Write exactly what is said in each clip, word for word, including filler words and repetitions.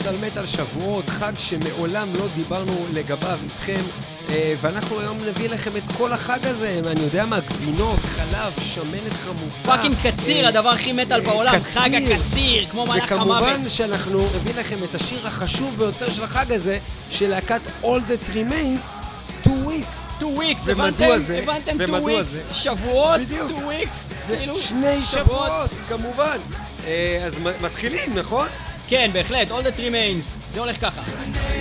מטל מטל שבועות, חג שמעולם לא דיברנו לגביו איתכם, ואנחנו היום נביא לכם את כל החג הזה, אני יודע מה, גבינות, חלב, שמנת חמוצה. פאקינג קציר, הדבר הכי מטל בעולם, חג הקציר, כמו מלאך המוות. וכמובן שאנחנו נביא לכם את השיר החשוב ביותר של החג הזה, של להקת All That Remains, Two Weeks. Two Weeks, ומדוע זה? הבנתם Two ומדוע Weeks, זה? שבועות, בדיוק. Two Weeks. זה שני שבועות, כמובן. אז מתחילים, נכון? כן, בהחלט, All That Remains, זה הולך ככה.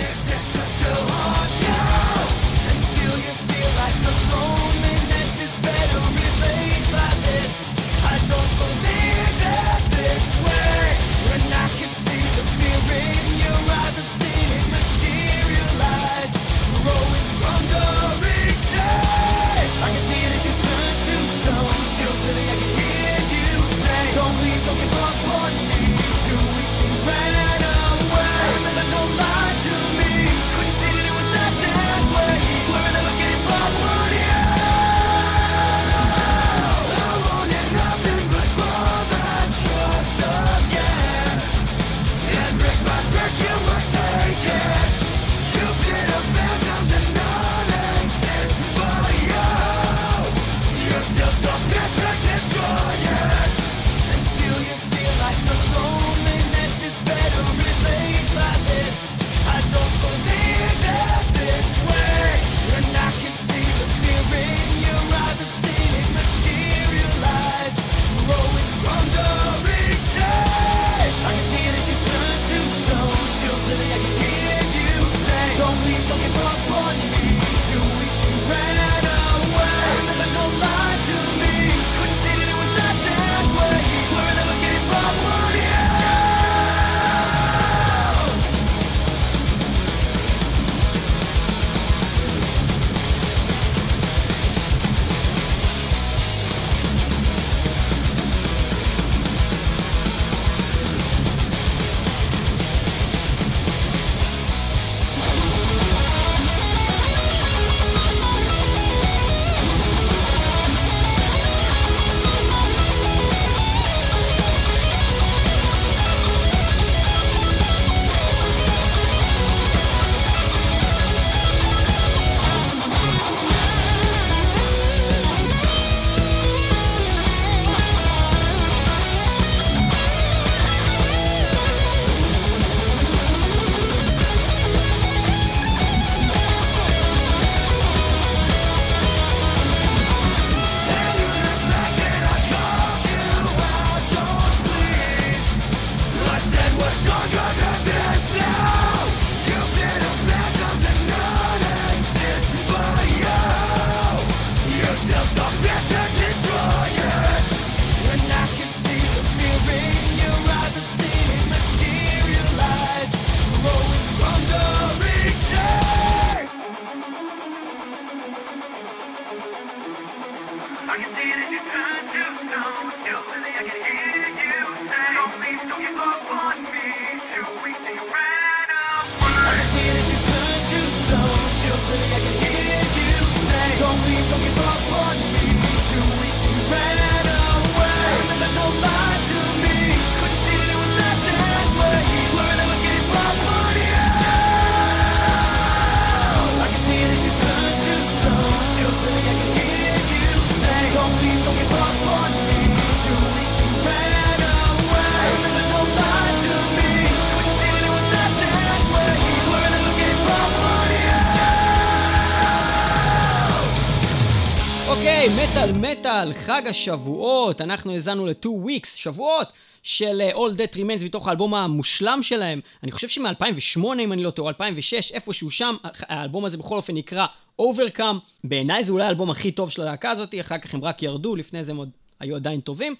מטל מטל, חג השבועות, אנחנו הזנו ל-Two Weeks, שבועות של All That Remains מתוך האלבום המושלם שלהם. אני חושב שמ-אלפיים ושמונה אם אני לא טועה, אלפיים ושש, איפשהו שם, האלבום הזה בכל אופן נקרא Overcome. בעיניי זה אולי האלבום הכי טוב של הלהקה הזאת, אחר כך הם רק ירדו, לפני זה הם עוד היו עדיין טובים.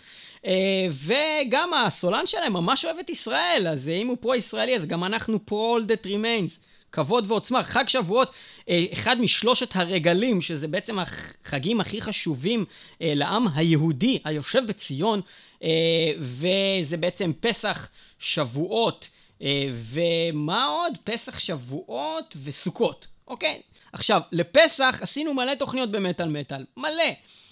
וגם הסולן שלהם ממש אוהב את ישראל, אז אם הוא פרו-ישראלי, אז גם אנחנו פה All That Remains. כבוד ועוצמה, חג שבועות, אחד משלושת הרגלים, שזה בעצם החגים הכי חשובים לעם היהודי, היושב בציון, וזה בעצם פסח, שבועות, ומה עוד? פסח, שבועות וסוכות, אוקיי? עכשיו, לפסח עשינו מלא תוכניות במטל מטל, מלא.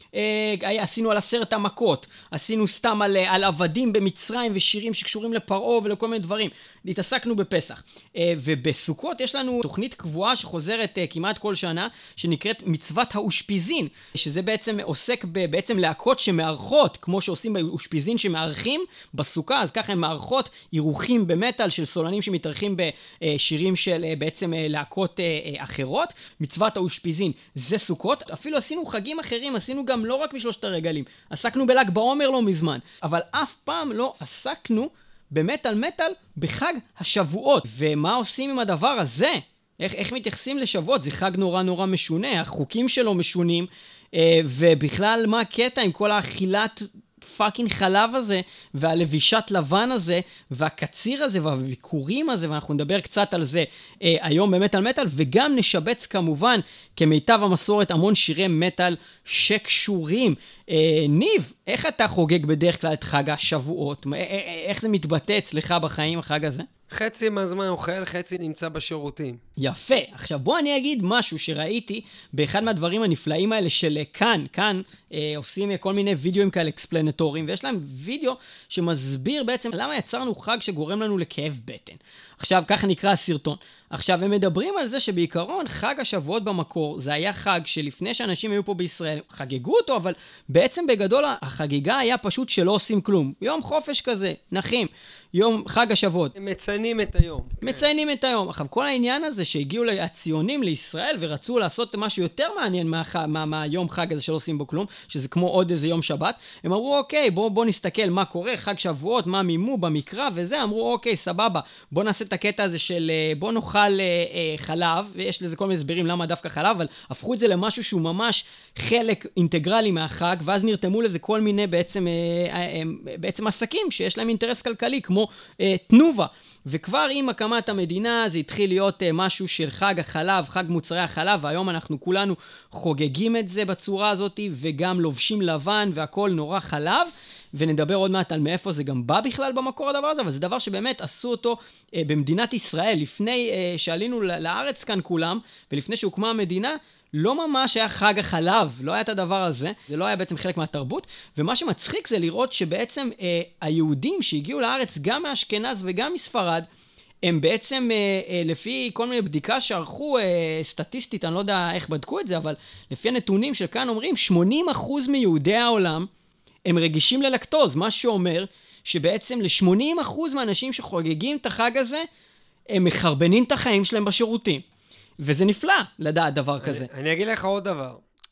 אה, עשינו על עשרת המכות, עשינו סתם על, על עבדים במצרים ושירים שקשורים לפרעה ולכל מיני דברים. התעסקנו בפסח. אה, ובסוכות יש לנו תוכנית קבועה שחוזרת אה, כמעט כל שנה, שנקראת מצוות האושפיזין, שזה בעצם עוסק ב, בעצם להקות שמארחות, כמו שעושים באושפיזין שמארחים בסוכה, אז ככה הם מארחות אירוחים במטל של סולנים שמתארחים בשירים של אה, בעצם אה, להקות אה, אה, אחרות. מצוות האושפיזין זה סוכות. אפילו עשינו חגים אחרים, עשינו גם לא רק בשלושת הרגלים, עסקנו בל"ג בעומר לא מזמן, אבל אף פעם לא עסקנו במטל מטל בחג השבועות. ומה עושים עם הדבר הזה? איך, איך מתייחסים לשבועות? זה חג נורא נורא משונה, החוקים שלו משונים, אה, ובכלל מה הקטע עם כל האכילת פאקינג חלב הזה, והלבישת לבן הזה, והקציר הזה, והביקורים הזה, ואנחנו נדבר קצת על זה אה, היום במטל מטל, וגם נשבץ כמובן, כמיטב המסורת, המון שירי מטל שקשורים. אה, ניב, איך אתה חוגג בדרך כלל את חג השבועות? אה, אה, איך זה מתבטא אצלך בחיים, החג הזה? חצי מהזמן אוכל, חצי נמצא בשירותים. יפה. עכשיו בוא אני אגיד משהו שראיתי באחד מהדברים הנפלאים האלה של כאן. כאן אה, עושים כל מיני וידאוים כאלה אקספלנטוריים, ויש להם וידאו שמסביר בעצם למה יצרנו חג שגורם לנו לכאב בטן. עכשיו, ככה נקרא הסרטון. עכשיו, הם מדברים על זה שבעיקרון חג השבועות במקור, זה היה חג שלפני שאנשים היו פה בישראל, חגגו אותו, אבל בעצם בגדול החגיגה היה פשוט שלא עושים כלום. יום חופש כזה, נחים, יום חג השבועות. הם מציינים את היום. מציינים את היום. עכשיו, כל העניין הזה שהגיעו הציונים לישראל ורצו לעשות משהו יותר מעניין מה, מה, מהיום חג הזה שלא עושים בו כלום, שזה כמו עוד איזה יום שבת, הם אמרו, אוקיי, בוא, בוא נסתכל מה קורה, חג שבועות, מה מימו במקרא וזה, אמרו, אוקיי, סבבה, בוא נעשה את הקטע הזה של בוא נאכל אה, אה, חלב, ויש לזה כל מיני הסברים למה דווקא חלב, אבל הפכו את זה למשהו שהוא ממש חלק אינטגרלי מהחג, ואז נרתמו לזה כל מיני בעצם, אה, אה, בעצם עסקים שיש להם אינטרס כלכלי, כמו אה, תנובה. וכבר עם הקמת המדינה זה התחיל להיות uh, משהו של חג החלב, חג מוצרי החלב, והיום אנחנו כולנו חוגגים את זה בצורה הזאת, וגם לובשים לבן והכל נורא חלב, ונדבר עוד מעט על מאיפה זה גם בא בכלל במקור הדבר הזה, אבל זה דבר שבאמת עשו אותו uh, במדינת ישראל, לפני uh, שעלינו לארץ כאן כולם, ולפני שהוקמה המדינה, לא ממש היה חג החלב, לא היה את הדבר הזה, זה לא היה בעצם חלק מהתרבות, ומה שמצחיק זה לראות שבעצם אה, היהודים שהגיעו לארץ גם מאשכנז וגם מספרד, הם בעצם אה, אה, לפי כל מיני בדיקה שערכו אה, סטטיסטית, אני לא יודע איך בדקו את זה, אבל לפי הנתונים של כאן אומרים, שמונים אחוז מיהודי העולם הם רגישים ללקטוז, מה שאומר שבעצם ל-שמונים אחוז מהאנשים שחוגגים את החג הזה, הם מחרבנים את החיים שלהם בשירותים. וזה נפלא לדעת דבר כזה. אני, אני אגיד לך עוד דבר.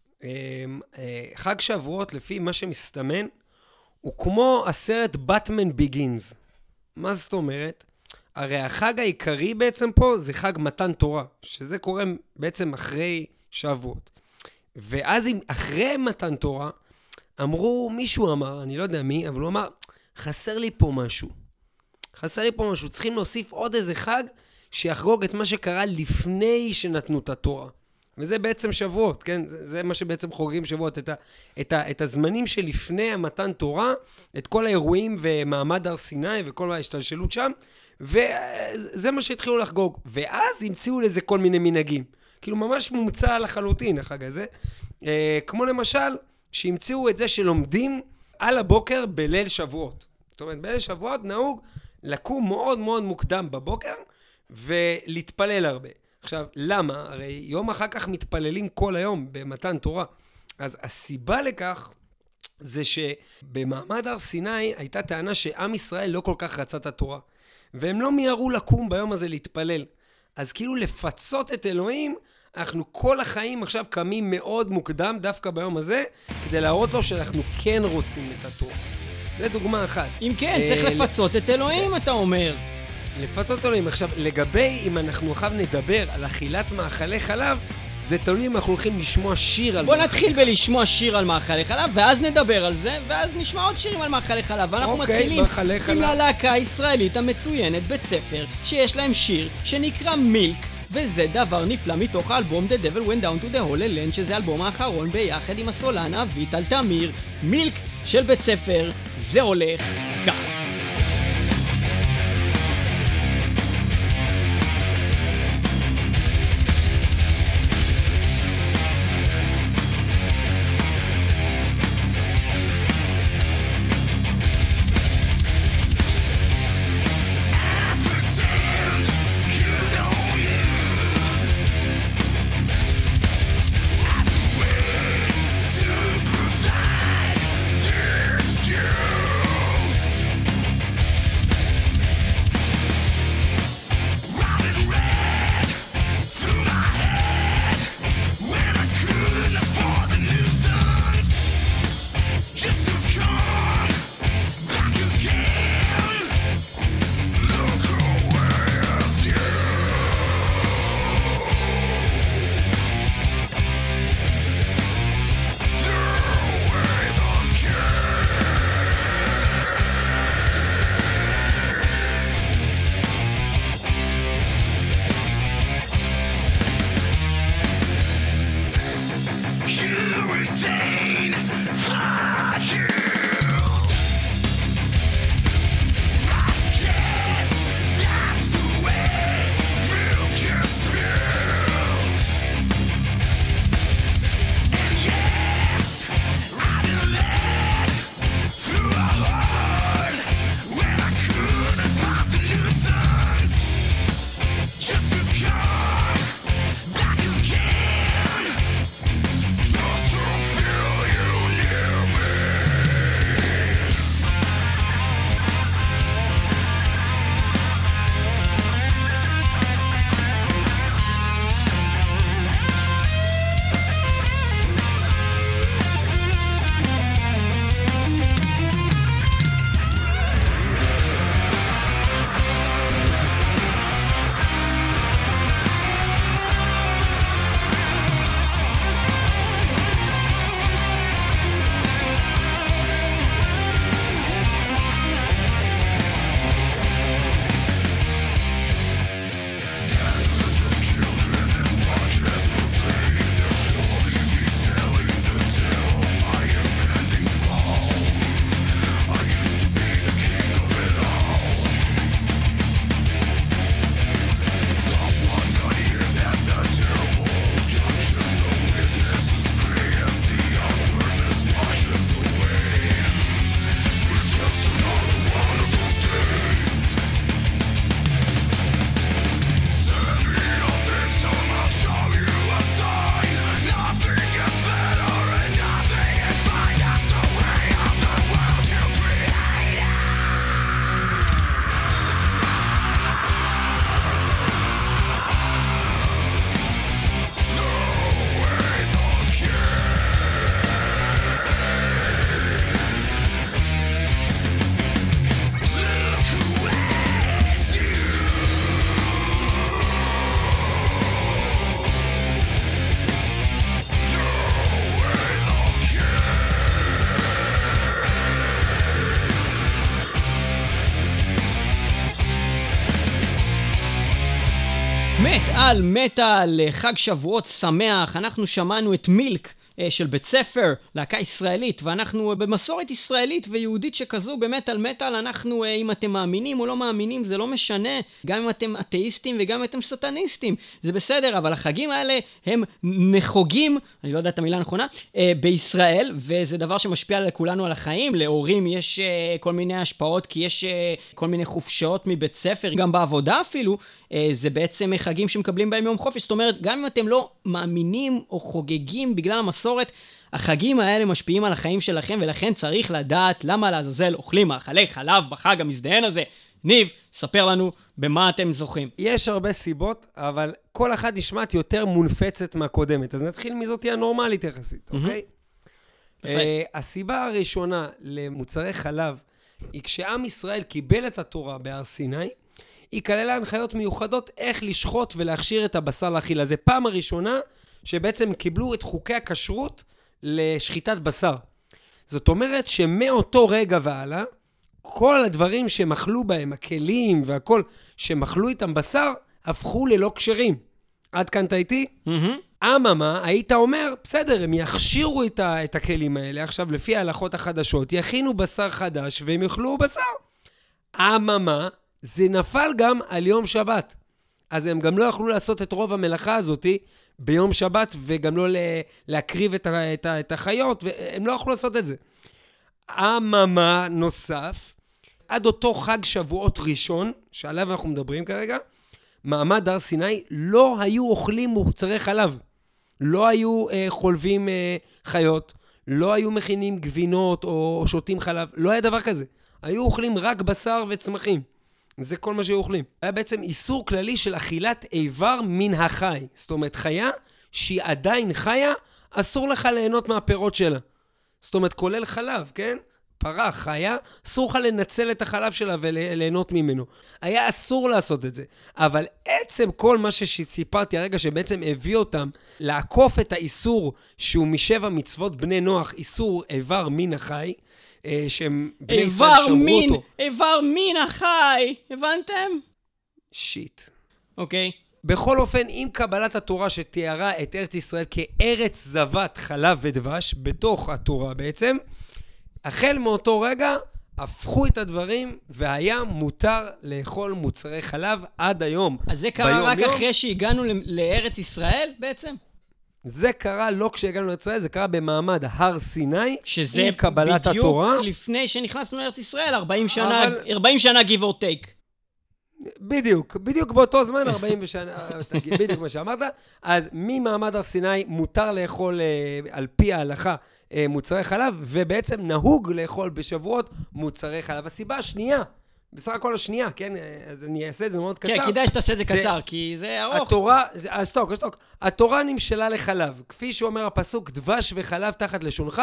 חג שבועות, לפי מה שמסתמן, הוא כמו הסרט Batman Begins. מה זאת אומרת? הרי החג העיקרי בעצם פה זה חג מתן תורה, שזה קורה בעצם אחרי שבועות. ואז אחרי מתן תורה, אמרו, מישהו אמר, אני לא יודע מי, אבל הוא אמר, חסר לי פה משהו. חסר לי פה משהו. צריכים להוסיף עוד איזה חג, שיחגוג את מה שקרה לפני שנתנו את התורה. וזה בעצם שבועות, כן? זה, זה מה שבעצם חוגגים שבועות, את, ה, את, ה, את הזמנים שלפני המתן תורה, את כל האירועים ומעמד הר סיני וכל ההשתלשלות שם, וזה מה שהתחילו לחגוג. ואז המציאו לזה כל מיני מנהגים. כאילו ממש מומצא לחלוטין החג הזה. אה, כמו למשל, שהמציאו את זה שלומדים על הבוקר בליל שבועות. זאת אומרת, בליל שבועות נהוג לקום מאוד מאוד מוקדם בבוקר, ולהתפלל הרבה. עכשיו, למה? הרי יום אחר כך מתפללים כל היום במתן תורה. אז הסיבה לכך זה שבמעמד הר סיני הייתה טענה שעם ישראל לא כל כך רצה את התורה. והם לא מיהרו לקום ביום הזה להתפלל. אז כאילו לפצות את אלוהים, אנחנו כל החיים עכשיו קמים מאוד מוקדם דווקא ביום הזה, כדי להראות לו שאנחנו כן רוצים את התורה. זה דוגמה אחת. אם כן, צריך לפצות את אלוהים, אתה אומר. לפצות אלוהים. עכשיו, לגבי אם אנחנו עכשיו נדבר על אכילת מאכלי חלב, זה תלוי אם אנחנו הולכים לשמוע שיר על... בוא נתחיל בלשמוע שיר על מאכלי חלב, ואז נדבר על זה, ואז נשמע עוד שירים על מאכלי חלב. ואנחנו מתחילים עם הלהקה הישראלית המצוינת בית ספר, שיש להם שיר שנקרא מילק, וזה דבר נפלא מתוך האלבום The Devil Went Down to the Holy Land, שזה האלבום האחרון ביחד עם הסולן אביטל תמיר. מילק של בית ספר, זה הולך כך. מטאל, מטאל, חג שבועות שמח. אנחנו שמענו את מילק של בית ספר, להקה ישראלית, ואנחנו במסורת ישראלית ויהודית שכזו במטאל מטאל, אנחנו, אם אתם מאמינים או לא מאמינים, זה לא משנה, גם אם אתם אתאיסטים וגם אם אתם סטניסטים, זה בסדר, אבל החגים האלה הם נחוגים, אני לא יודע את המילה הנכונה, בישראל, וזה דבר שמשפיע על כולנו על החיים. להורים יש כל מיני השפעות, כי יש כל מיני חופשות מבית ספר, גם בעבודה אפילו, זה בעצם חגים שמקבלים בהם יום חופש. זאת אומרת, גם אם אתם לא מאמינים או חוגגים בגלל המסורת, החגים האלה משפיעים על החיים שלכם, ולכן צריך לדעת למה לעזאזל אוכלים מאכלי חלב בחג המזדהן הזה. ניב, ספר לנו במה אתם זוכים. יש הרבה סיבות, אבל כל אחת נשמעת יותר מונפצת מהקודמת. אז נתחיל מזאת הנורמלית יחסית, אוקיי? הסיבה הראשונה למוצרי חלב היא כשעם ישראל קיבל את התורה בהר סיני, היא כללה הנחיות מיוחדות איך לשחוט ולהכשיר את הבשר לאכילה. זה פעם הראשונה שבעצם קיבלו את חוקי הכשרות לשחיטת בשר. זאת אומרת שמאותו רגע ועלה, כל הדברים שמחלו בהם, הכלים והכל שמחלו איתם בשר, הפכו ללא כשרים. עד כאן אתה איתי? Mm-hmm. אממה, היית אומר, בסדר, הם יכשירו את, ה- את הכלים האלה, עכשיו לפי ההלכות החדשות, יכינו בשר חדש והם יאכלו בשר. אממה, זה נפל גם על יום שבת. אז הם גם לא יכלו לעשות את רוב המלאכה הזאת ביום שבת, וגם לא להקריב את, ה- את, ה- את החיות, והם לא יכלו לעשות את זה. אממה נוסף, עד אותו חג שבועות ראשון, שעליו אנחנו מדברים כרגע, מעמד הר סיני לא היו אוכלים מוצרי חלב. לא היו אה, חולבים אה, חיות, לא היו מכינים גבינות או שותים חלב, לא היה דבר כזה. היו אוכלים רק בשר וצמחים. זה כל מה שהיו אוכלים. היה בעצם איסור כללי של אכילת איבר מן החי. זאת אומרת, חיה שהיא עדיין חיה, אסור לך ליהנות מהפירות שלה. זאת אומרת, כולל חלב, כן? פרה חיה, אסור לך לנצל את החלב שלה וליהנות ממנו. היה אסור לעשות את זה. אבל עצם כל מה שסיפרתי הרגע שבעצם הביא אותם לעקוף את האיסור שהוא משבע מצוות בני נוח, איסור איבר מן החי, שהם בני ישראל שמרו מין, אותו. איבר מין החי, הבנתם? שיט. אוקיי. בכל אופן, עם קבלת התורה שתיארה את ארץ ישראל כארץ זבת חלב ודבש, בתוך התורה בעצם, החל מאותו רגע, הפכו את הדברים, והיה מותר לאכול מוצרי חלב עד היום. אז זה קרה רק יום. אחרי שהגענו לארץ ישראל בעצם? זה קרה לא כשהגענו לארץ ישראל, זה קרה במעמד הר סיני, שזה עם קבלת בדיוק התורה. לפני שנכנסנו לארץ ישראל, ארבעים שנה, אבל... ארבעים שנה give or take. בדיוק, בדיוק באותו זמן, ארבעים שנה, בדיוק מה שאמרת. אז ממעמד הר סיני מותר לאכול על פי ההלכה מוצרי חלב, ובעצם נהוג לאכול בשבועות מוצרי חלב. הסיבה השנייה, בסך הכל השנייה, כן? אז אני אעשה את זה מאוד קצר. כן, כדאי שתעשה את זה קצר, כי זה ארוך. התורה, אז טוק, אז טוק. התורה נמשלה לחלב. כפי שאומר הפסוק, דבש וחלב תחת לשונך.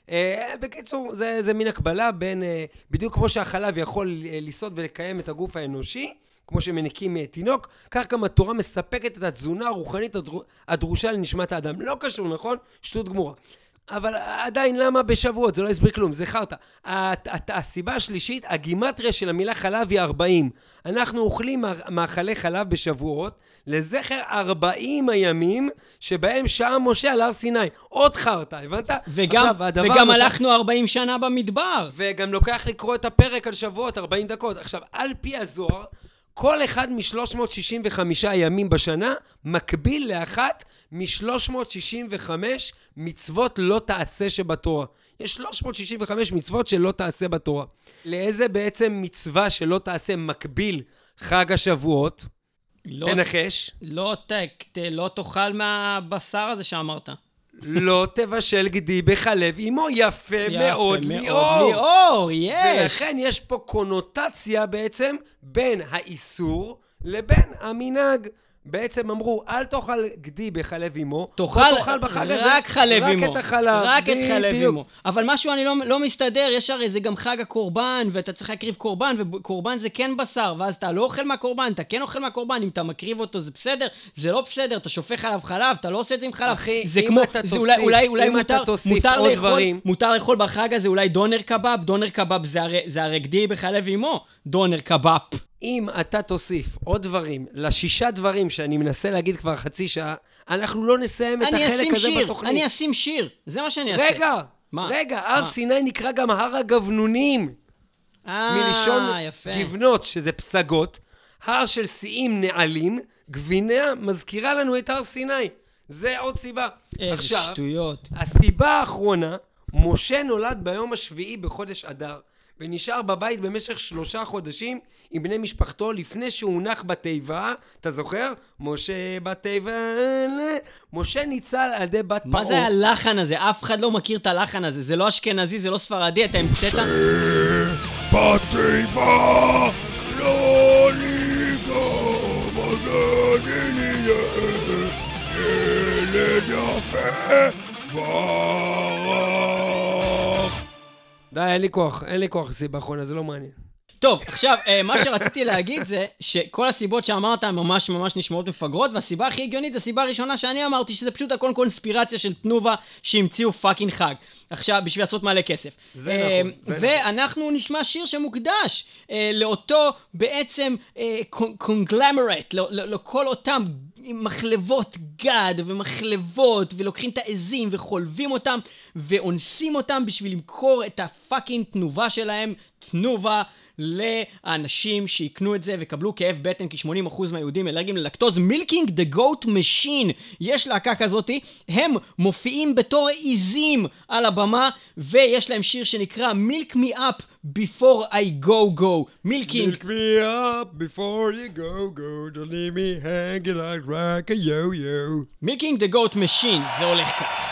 בקיצור, זה, זה מין הקבלה בין, בדיוק כמו שהחלב יכול לסעוד ולקיים את הגוף האנושי, כמו שמניקים תינוק, כך גם התורה מספקת את התזונה הרוחנית הדרושה לנשמת האדם. לא קשור, נכון? שטות גמורה. אבל עדיין למה בשבועות? זה לא הסביר כלום, זה חרטה. הסיבה השלישית, הגימטריה של המילה חלב היא ארבעים. אנחנו אוכלים מאכלי חלב בשבועות, לזכר ארבעים הימים שבהם שעה משה על הר סיני. עוד חרטה, הבנת? וגם, עכשיו, וגם נוסף... הלכנו ארבעים שנה במדבר. וגם לוקח לקרוא את הפרק על שבועות, ארבעים דקות. עכשיו, על פי הזוהר, כל אחד מ-שלוש מאות שישים וחמישה ימים בשנה מקביל לאחת מ-שלוש מאות שישים וחמש מצוות לא תעשה שבתורה. יש שלוש מאות שישים וחמש מצוות שלא תעשה בתורה. לאיזה בעצם מצווה שלא תעשה מקביל חג השבועות? לא, תנחש. לא, ת, לא תאכל מהבשר הזה שאמרת. לא תבשל גדי בחלב אמו. יפה, יפה מאוד, מאוד ליאור. ליאור, יש. ולכן יש פה קונוטציה בעצם בין האיסור לבין המנהג. בעצם אמרו, אל תאכל גדי בחלב אמו, תאכל, תאכל בחג הזה רק חלב רק אמו. את החלב. רק את חלב אמו. אבל משהו אני לא, לא מסתדר, יש הרי זה גם חג הקורבן, ואתה צריך להקריב קורבן, וקורבן זה כן בשר, ואז אתה לא אוכל מהקורבן, אתה כן אוכל מהקורבן, אם אתה מקריב אותו זה בסדר, זה לא בסדר, אתה שופך עליו חלב, אתה לא עושה את זה עם חלב. אחי, זה אם כמו, אתה זה תוסיף, אולי, אולי, אולי אם מותר, אתה תוסיף מותר עוד לאכול, דברים. מותר לאכול בחג הזה אולי דונר קבב, דונר קבב זה הרי, זה הרי גדי בחלב אמו, דונר קבב. אם אתה תוסיף עוד דברים, לשישה דברים שאני מנסה להגיד כבר חצי שעה, אנחנו לא נסיים את החלק הזה שיר, בתוכנית. אני אשים שיר, זה מה שאני אעשה. רגע, מה? רגע, הר מה? סיני נקרא גם הר הגבנונים. אה, מלשון יפה. גבנות, שזה פסגות, הר של שיאים נעלים, גביניה מזכירה לנו את הר סיני. זה עוד סיבה. איזה עכשיו, שטויות. הסיבה האחרונה, משה נולד ביום השביעי בחודש אדר, ונשאר בבית במשך שלושה חודשים עם בני משפחתו לפני שהוא הונח בתיבה. אתה זוכר? משה בתיבה, משה ניצל על ידי בת פרעה. מה זה הלחן הזה? אף אחד לא מכיר את הלחן הזה. זה לא אשכנזי, זה לא ספרדי, אתה המצאת? בתיבה לא ניגע בגני ילד יפה ברח. די, אין לי כוח, אין לי כוח סיבה אחרונה, זה לא מעניין. טוב, עכשיו, מה שרציתי להגיד זה שכל הסיבות שאמרת ממש ממש נשמעות מפגרות, והסיבה הכי הגיונית, הסיבה הראשונה שאני אמרתי, שזה פשוט הכל קונספירציה של תנובה שהמציאו פאקינג חג. עכשיו, בשביל לעשות מלא כסף. זה נכון, זה נכון. ואנחנו נשמע שיר שמוקדש לאותו בעצם קונגלמרט, לכל אותם מחלבות גד ומחלבות, ולוקחים את העזים וחולבים אותם, ואונסים אותם בשביל למכור את הפאקינג תנובה שלהם, תנובה, לאנשים שיקנו את זה וקבלו כאב בטן, כי שמונים אחוז מהיהודים אלרגיים ללקטוז. מילקינג דה גוט משין, יש להקה כזאתי, הם מופיעים בתור עיזים על הבמה, ויש להם שיר שנקרא Milk Me Up Before I Go Go. מילקינג Milk me up before you go go, don't leave me hanging like like a yo-yo. מילקינג דה גוט משין, זה הולך כך.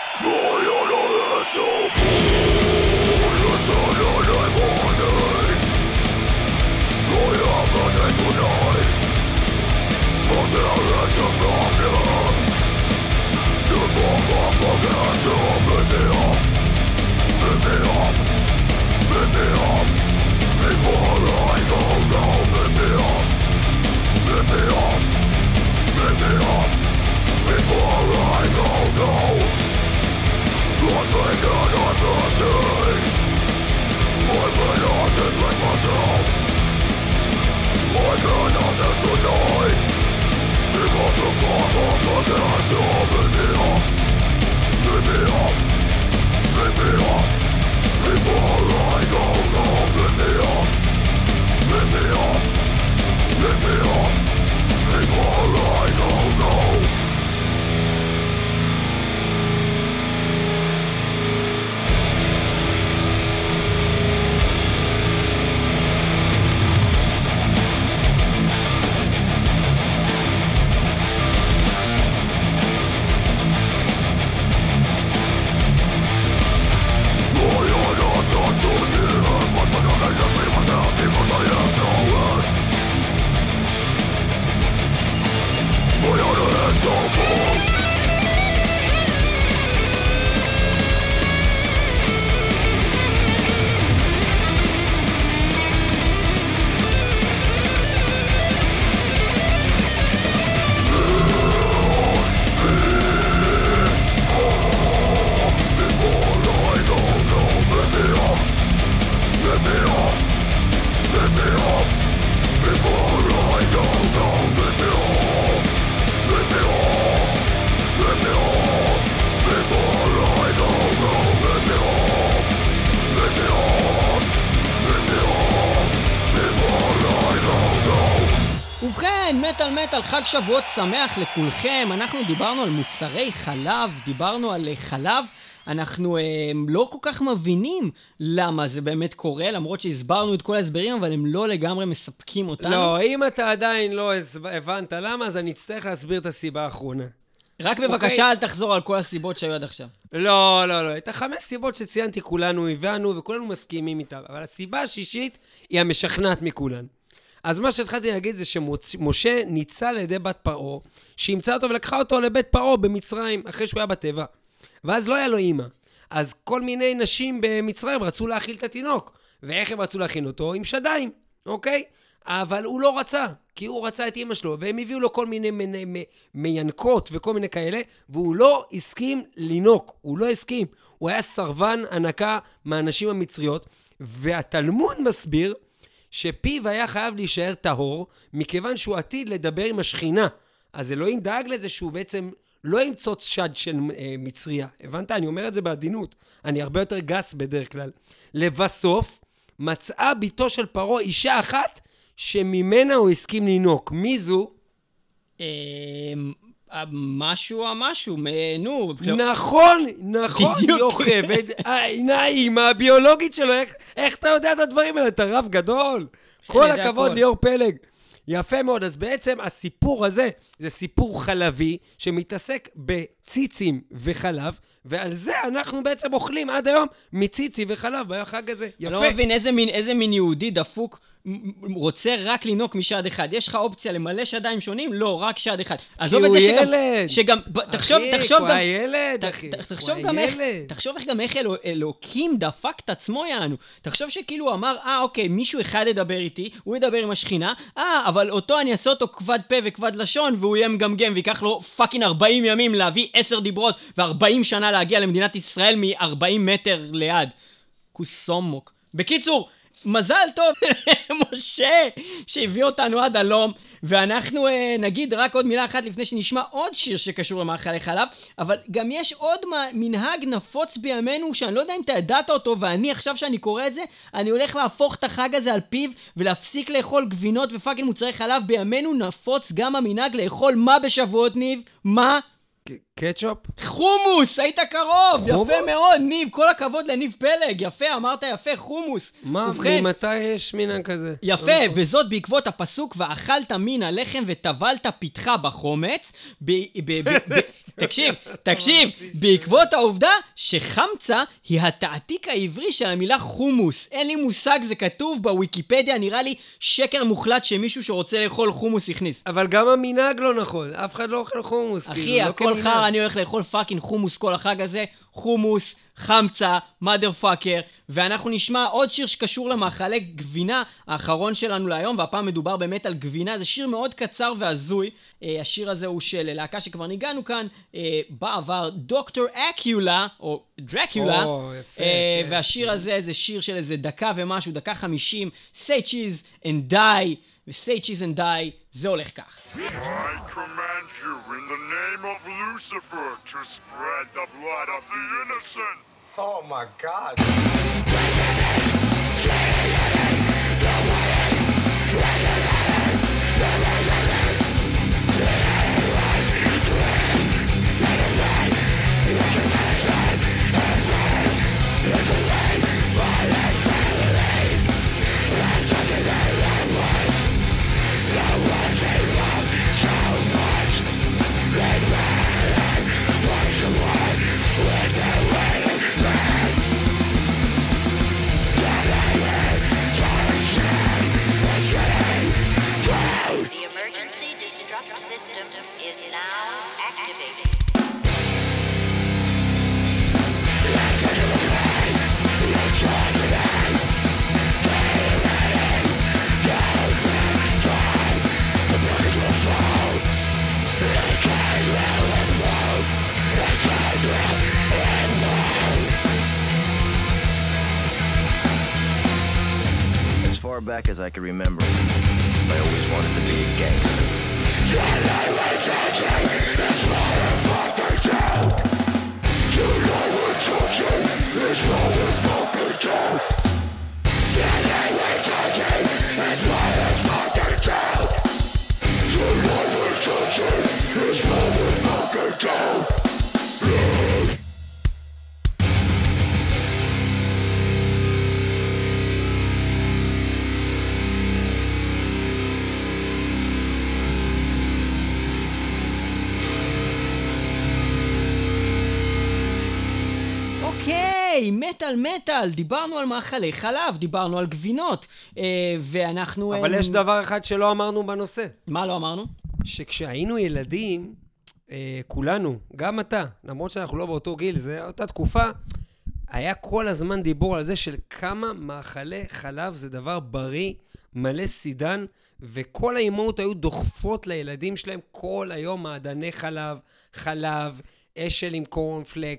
מטל מטל, חג שבועות שמח לכולכם. אנחנו דיברנו על מוצרי חלב, דיברנו על חלב. אנחנו אה, לא כל כך מבינים למה זה באמת קורה, למרות שהסברנו את כל ההסברים, אבל הם לא לגמרי מספקים אותנו. לא, אם אתה עדיין לא הבנת למה, אז אני אצטרך להסביר את הסיבה האחרונה. רק בבקשה okay. אל תחזור על כל הסיבות שהיו עד עכשיו. לא, לא, לא. את החמש סיבות שציינתי כולנו הבנו, וכולנו מסכימים איתה. אבל הסיבה השישית היא המשכנעת מכולן. אז מה שהתחלתי להגיד זה שמשה ניצל על ידי בת פרעה, שהמצא אותו ולקחה אותו לבית פרעה במצרים, אחרי שהוא היה בטבע. ואז לא היה לו אימא. אז כל מיני נשים במצרים רצו להאכיל את התינוק. ואיך הם רצו להכין אותו? עם שדיים, אוקיי? אבל הוא לא רצה, כי הוא רצה את אימא שלו, והם הביאו לו כל מיני מ- מ- מיינקות וכל מיני כאלה, והוא לא הסכים לינוק, הוא לא הסכים. הוא היה סרבן ענקה מהנשים המצריות, והתלמוד מסביר שפיו היה חייב להישאר טהור, מכיוון שהוא עתיד לדבר עם השכינה. אז אלוהים דאג לזה שהוא בעצם לא ימצוץ שד של אה, מצריה. הבנת? אני אומר את זה בעדינות. אני הרבה יותר גס בדרך כלל. לבסוף, מצאה ביתו של פרו אישה אחת, שממנה הוא הסכים לינוק. מי זו? משהו המשהו, נו. נכון, נכון, יוכבד, האימא הביולוגית שלו, איך אתה יודע את הדברים האלה? אתה רב גדול. כל הכבוד ליאור פלג. יפה מאוד, אז בעצם הסיפור הזה, זה סיפור חלבי, שמתעסק בציצים וחלב, ועל זה אנחנו בעצם אוכלים עד היום מציצי וחלב בחג הזה. יפה. אני לא מבין איזה מין, איזה מין יהודי דפוק רוצה רק לינוק משד אחד. יש לך אופציה למלא שדיים שונים? לא, רק שד אחד. כי הוא ילד. שגם, תחשוב, תחשוב גם... אחי, הוא הילד, אחי. תחשוב גם איך, תחשוב איך גם איך אלוקים דפק את עצמו יענו. תחשוב שכאילו הוא אמר, אה, אוקיי, מישהו אחד ידבר איתי, הוא ידבר עם השכינה, אה, אבל אותו אני אעשה אותו כבד פה וכבד לשון, והוא יהיה מגמגם, ויקח לו פאקינג ארבעים ימים להביא עשר דיברות, ו-ארבעים שנה להגיע למדינת ישראל מ-ארבעים מטר ליד. כוסומוק. בקיצור, מזל טוב משה שהביא אותנו עד הלום, ואנחנו אה, נגיד רק עוד מילה אחת לפני שנשמע עוד שיר שקשור למאכלי חלב, אבל גם יש עוד מנהג נפוץ בימינו שאני לא יודע אם אתה ידעת אותו, ואני עכשיו שאני קורא את זה אני הולך להפוך את החג הזה על פיו ולהפסיק לאכול גבינות ופאקינג מוצרי חלב. בימינו נפוץ גם המנהג לאכול מה בשבועות, ניב? מה? קטשופ? חומוס, היית קרוב, יפה מאוד, ניב, כל הכבוד לניב פלג, יפה, אמרת יפה, חומוס. מה, ממתי יש מנהג כזה? יפה, וזאת בעקבות הפסוק, ואכלת מן הלחם וטבלת פיתך בחומץ, תקשיב, תקשיב, בעקבות העובדה שחמצה היא התעתיק העברי של המילה חומוס. אין לי מושג, זה כתוב בוויקיפדיה, נראה לי שקר מוחלט שמישהו שרוצה לאכול חומוס הכניס. אבל גם המנהג לא נכון, אף אחד לא אוכל חומוס. אחי, הכל חר, אני הולך לאכול פאקינג חומוס כל החג הזה, חומוס, חמצה, מאדר פאקר, ואנחנו נשמע עוד שיר שקשור למאכלי גבינה, האחרון שלנו להיום, והפעם מדובר באמת על גבינה, זה שיר מאוד קצר והזוי, אה, השיר הזה הוא של להקה שכבר ניגענו כאן, אה, בעבר דוקטור אקיולה, או דרקולה, או, יפה, אה, כן. והשיר הזה זה שיר של איזה דקה ומשהו, דקה חמישים, say cheese and die, ו-say cheese and die, זה הולך כך. I command you in the name of Lucifer to spread the blood of the innocent. Oh my God. The emergency destruct system is now activated. As far back as I can remember, I always wanted to be a gangster. אוקיי, מטל מטל, דיברנו על מאכלי חלב, דיברנו על גבינות, אה, ואנחנו... אבל אה, יש דבר אחד שלא אמרנו בנושא. מה לא אמרנו? שכשהיינו ילדים, אה, כולנו, גם אתה, למרות שאנחנו לא באותו גיל, זה אותה תקופה, היה כל הזמן דיבור על זה של כמה מאכלי חלב זה דבר בריא, מלא סידן, וכל האימהות היו דוחפות לילדים שלהם כל היום מעדני חלב, חלב, אשל עם קורנפלקס,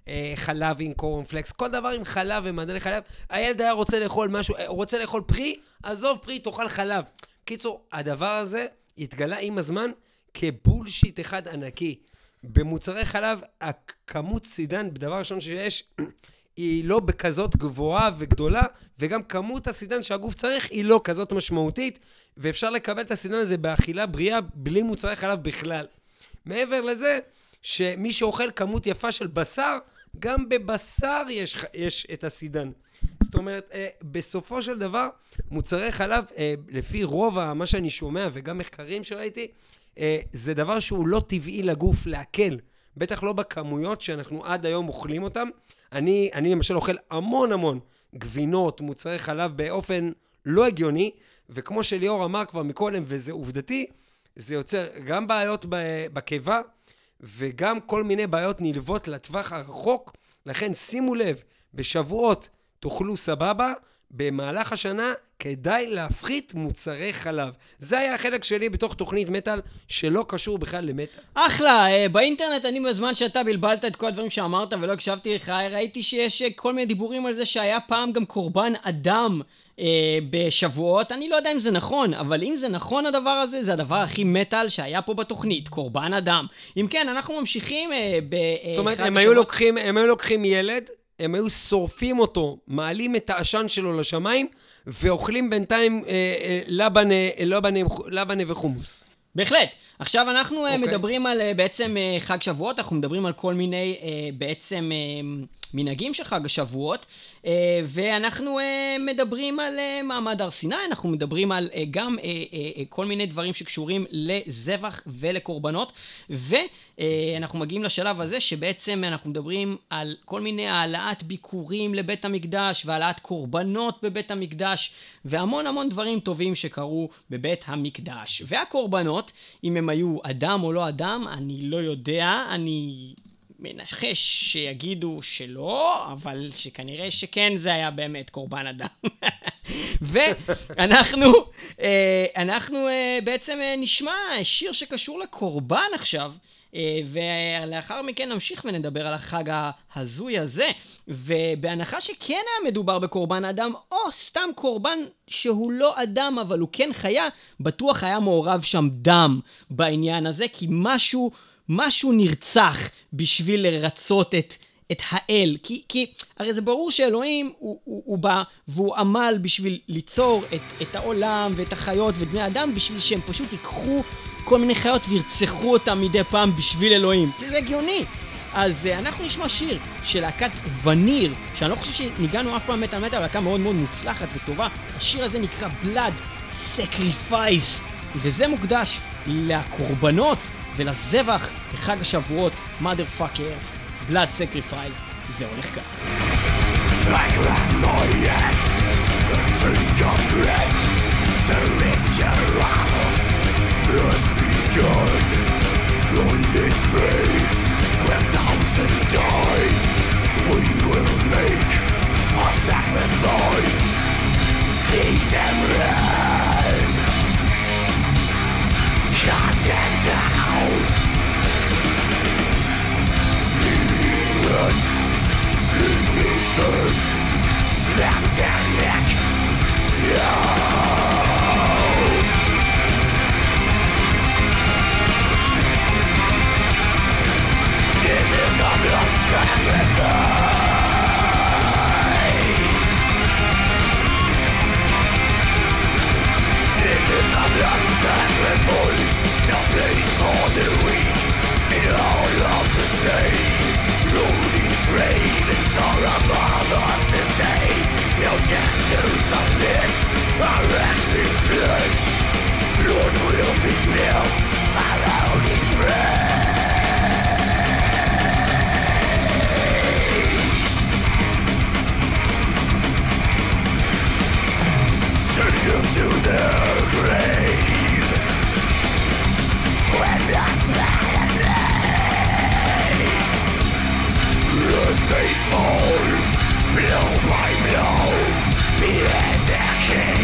אה, חלב עם קורנפלקס, כל דבר עם חלב ומעדני חלב. הילד היה רוצה לאכול משהו, הוא רוצה לאכול פרי, עזוב פרי, תאכל חלב. קיצור, הדבר הזה התגלה עם הזמן כבולשיט אחד ענקי. במוצרי חלב, הכמות סידן, בדבר ראשון שיש, היא לא בכזאת גבוהה וגדולה, וגם כמות הסידן שהגוף צריך היא לא כזאת משמעותית, ואפשר לקבל את הסידן הזה באכילה בריאה בלי מוצרי חלב בכלל. מעבר לזה, שמי שאוכל כמות יפה של בשר, גם בבשר יש, יש את הסידן. זאת אומרת, אה, בסופו של דבר, מוצרי חלב, אה, לפי רוב מה שאני שומע, וגם מחקרים שראיתי, אה, זה דבר שהוא לא טבעי לגוף להקל. בטח לא בכמויות שאנחנו עד היום אוכלים אותם. אני, אני למשל אוכל המון המון גבינות, מוצרי חלב באופן לא הגיוני, וכמו שליאור אמר כבר מקודם, וזה עובדתי, זה יוצר גם בעיות בקיבה, וגם כל מיני בעיות נלוות לטווח הרחוק. לכן שימו לב, בשבועות תאכלו סבבה, במהלך השנה כדאי להפחית מוצרי חלב. זה היה החלק שלי בתוך תוכנית מטל שלא קשור בכלל למטל. אחלה, באינטרנט אני בזמן שאתה בלבלת את כל הדברים שאמרת ולא הקשבתי לך, ראיתי שיש כל מיני דיבורים על זה שהיה פעם גם קורבן אדם אה, בשבועות. אני לא יודע אם זה נכון, אבל אם זה נכון הדבר הזה, זה הדבר הכי מטל שהיה פה בתוכנית, קורבן אדם. אם כן, אנחנו ממשיכים אה, ב... זאת אומרת, הם היו לוקחים, הם היו לוקחים ילד, הם היו שורפים אותו, מעלים את העשן שלו לשמיים, ואוכלים בינתיים אה, אה, לבנה, לבנה, לבנה וחומוס. בהחלט. עכשיו אנחנו okay. מדברים על בעצם חג שבועות, אנחנו מדברים על כל מיני בעצם מנהגים של חג השבועות, ואנחנו מדברים על מעמד הר סיני, אנחנו מדברים על גם כל מיני דברים שקשורים לזבח ולקורבנות, ואנחנו מגיעים לשלב הזה שבעצם אנחנו מדברים על כל מיני העלאת ביקורים לבית המקדש, והעלאת קורבנות בבית המקדש, והמון המון דברים טובים שקרו בבית המקדש. והקורבנות, אם הם היו אדם או לא אדם, אני לא יודע, אני מנחש שיגידו שלא, אבל שכנראה שכן זה היה באמת קורבן אדם. ואנחנו אנחנו בעצם נשמע שיר שקשור לקורבן עכשיו, ולאחר מכן נמשיך ונדבר על החג ההזוי הזה, ובהנחה שכן היה מדובר בקורבן אדם, או סתם קורבן שהוא לא אדם אבל הוא כן חיה, בטוח היה מעורב שם דם בעניין הזה, כי משהו, משהו נרצח בשביל לרצות את, את האל, כי, כי הרי זה ברור שאלוהים הוא, הוא, הוא בא והוא עמל בשביל ליצור את, את העולם ואת החיות ואת בני אדם, בשביל שהם פשוט ייקחו כל מיני חיות וירצחו אותם מדי פעם בשביל אלוהים. זה הגיוני. אז uh, אנחנו נשמע שיר של להקת וניר, שאני לא חושב שניגענו אף פעם מטל מטל, להקה מאוד מאוד מוצלחת וטובה. השיר הזה נקרא Blood Sacrifice, וזה מוקדש לקורבנות ולזבח בחג השבועות, motherfucker, Blood Sacrifice. זה הולך כך. I grab my axe and take a breath. The ritual has begun. On this day, where thousand die, we will make a sacrifice. See them run, shut them down. Bleeding roots, in the dirt, snap their neck. Yeah. This is a blood sacrifice. This is a blood sacrifice. No place for the weak in all of the state. Rolling straight and sorrow above us this day. No chance to submit. Our hands be flesh. Blood will be spilled. Our outings breath. Send them to their grave. When blood, blood, and blade. As they fall, blow by blow, behead their king.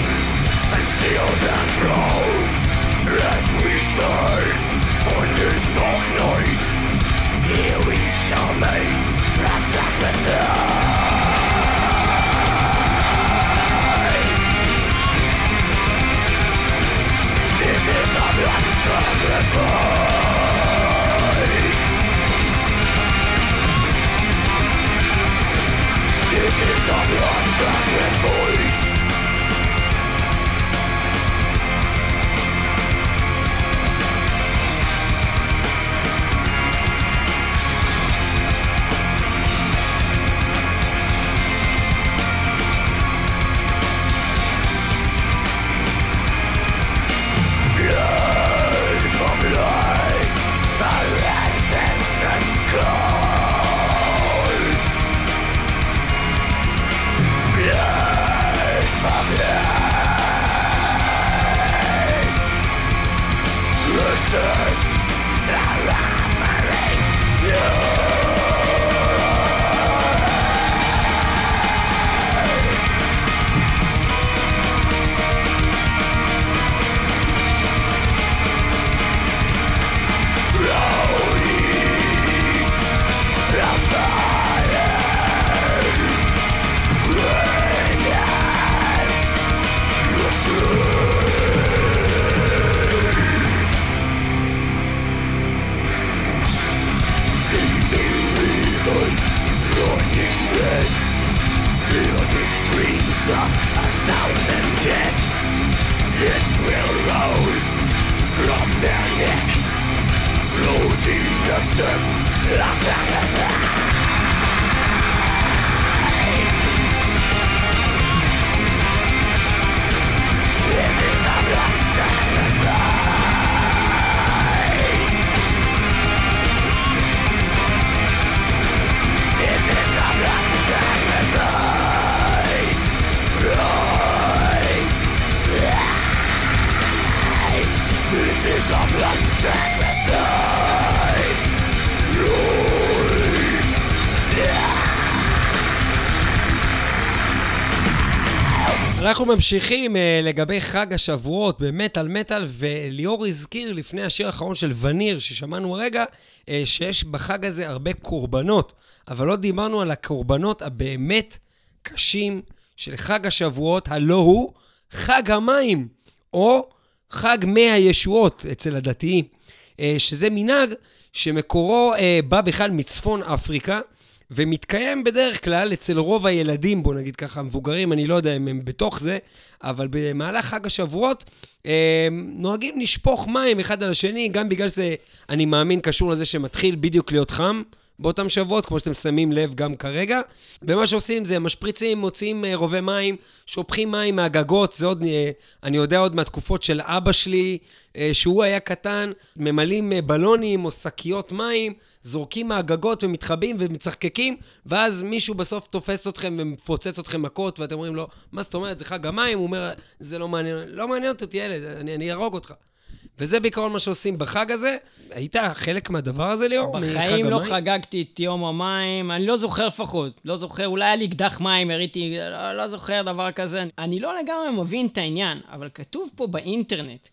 אנחנו ממשיכים uh, לגבי חג השבועות במטל מטל, וליאור הזכיר לפני השיר האחרון של וניר ששמענו הרגע, uh, שיש בחג הזה הרבה קורבנות, אבל לא דיברנו על הקורבנות הבאמת קשים של חג השבועות, הלא הוא חג המים, או חג מי הישועות אצל הדתיים, uh, שזה מנהג שמקורו uh, בא בכלל מצפון אפריקה, ומתקיים בדרך כלל אצל רוב הילדים, בוא נגיד ככה, מבוגרים, אני לא יודע אם הם בתוך זה, אבל במהלך חג השבועות, נוהגים לשפוך מים אחד על השני, גם בגלל שזה, אני מאמין, קשור לזה שמתחיל בדיוק להיות חם באותם שבועות, כמו שאתם שמים לב גם כרגע. ומה שעושים זה משפריצים, מוציאים רובי מים, שופכים מים מהגגות, זה עוד, אני יודע עוד מהתקופות של אבא שלי, שהוא היה קטן, ממלאים בלונים או שקיות מים, זורקים מהגגות ומתחבאים ומצחקקים, ואז מישהו בסוף תופס אתכם ומפוצץ אתכם מכות, ואתם אומרים לו, מה זאת אומרת, זה חג המים? הוא אומר, זה לא מעניין, לא מעניין אותי ילד, אני, אני ארוג אותך. וזה בעיקרון מה שעושים בחג הזה. היית חלק מהדבר הזה, ליאור? בחיים לא חגגתי את יום המים, אני לא זוכר לפחות, לא זוכר, אולי היה לי קדח מים, הראיתי, לא, לא זוכר דבר כזה. אני לא לגמרי מבין את העניין, אבל כתוב פה באינטרנט,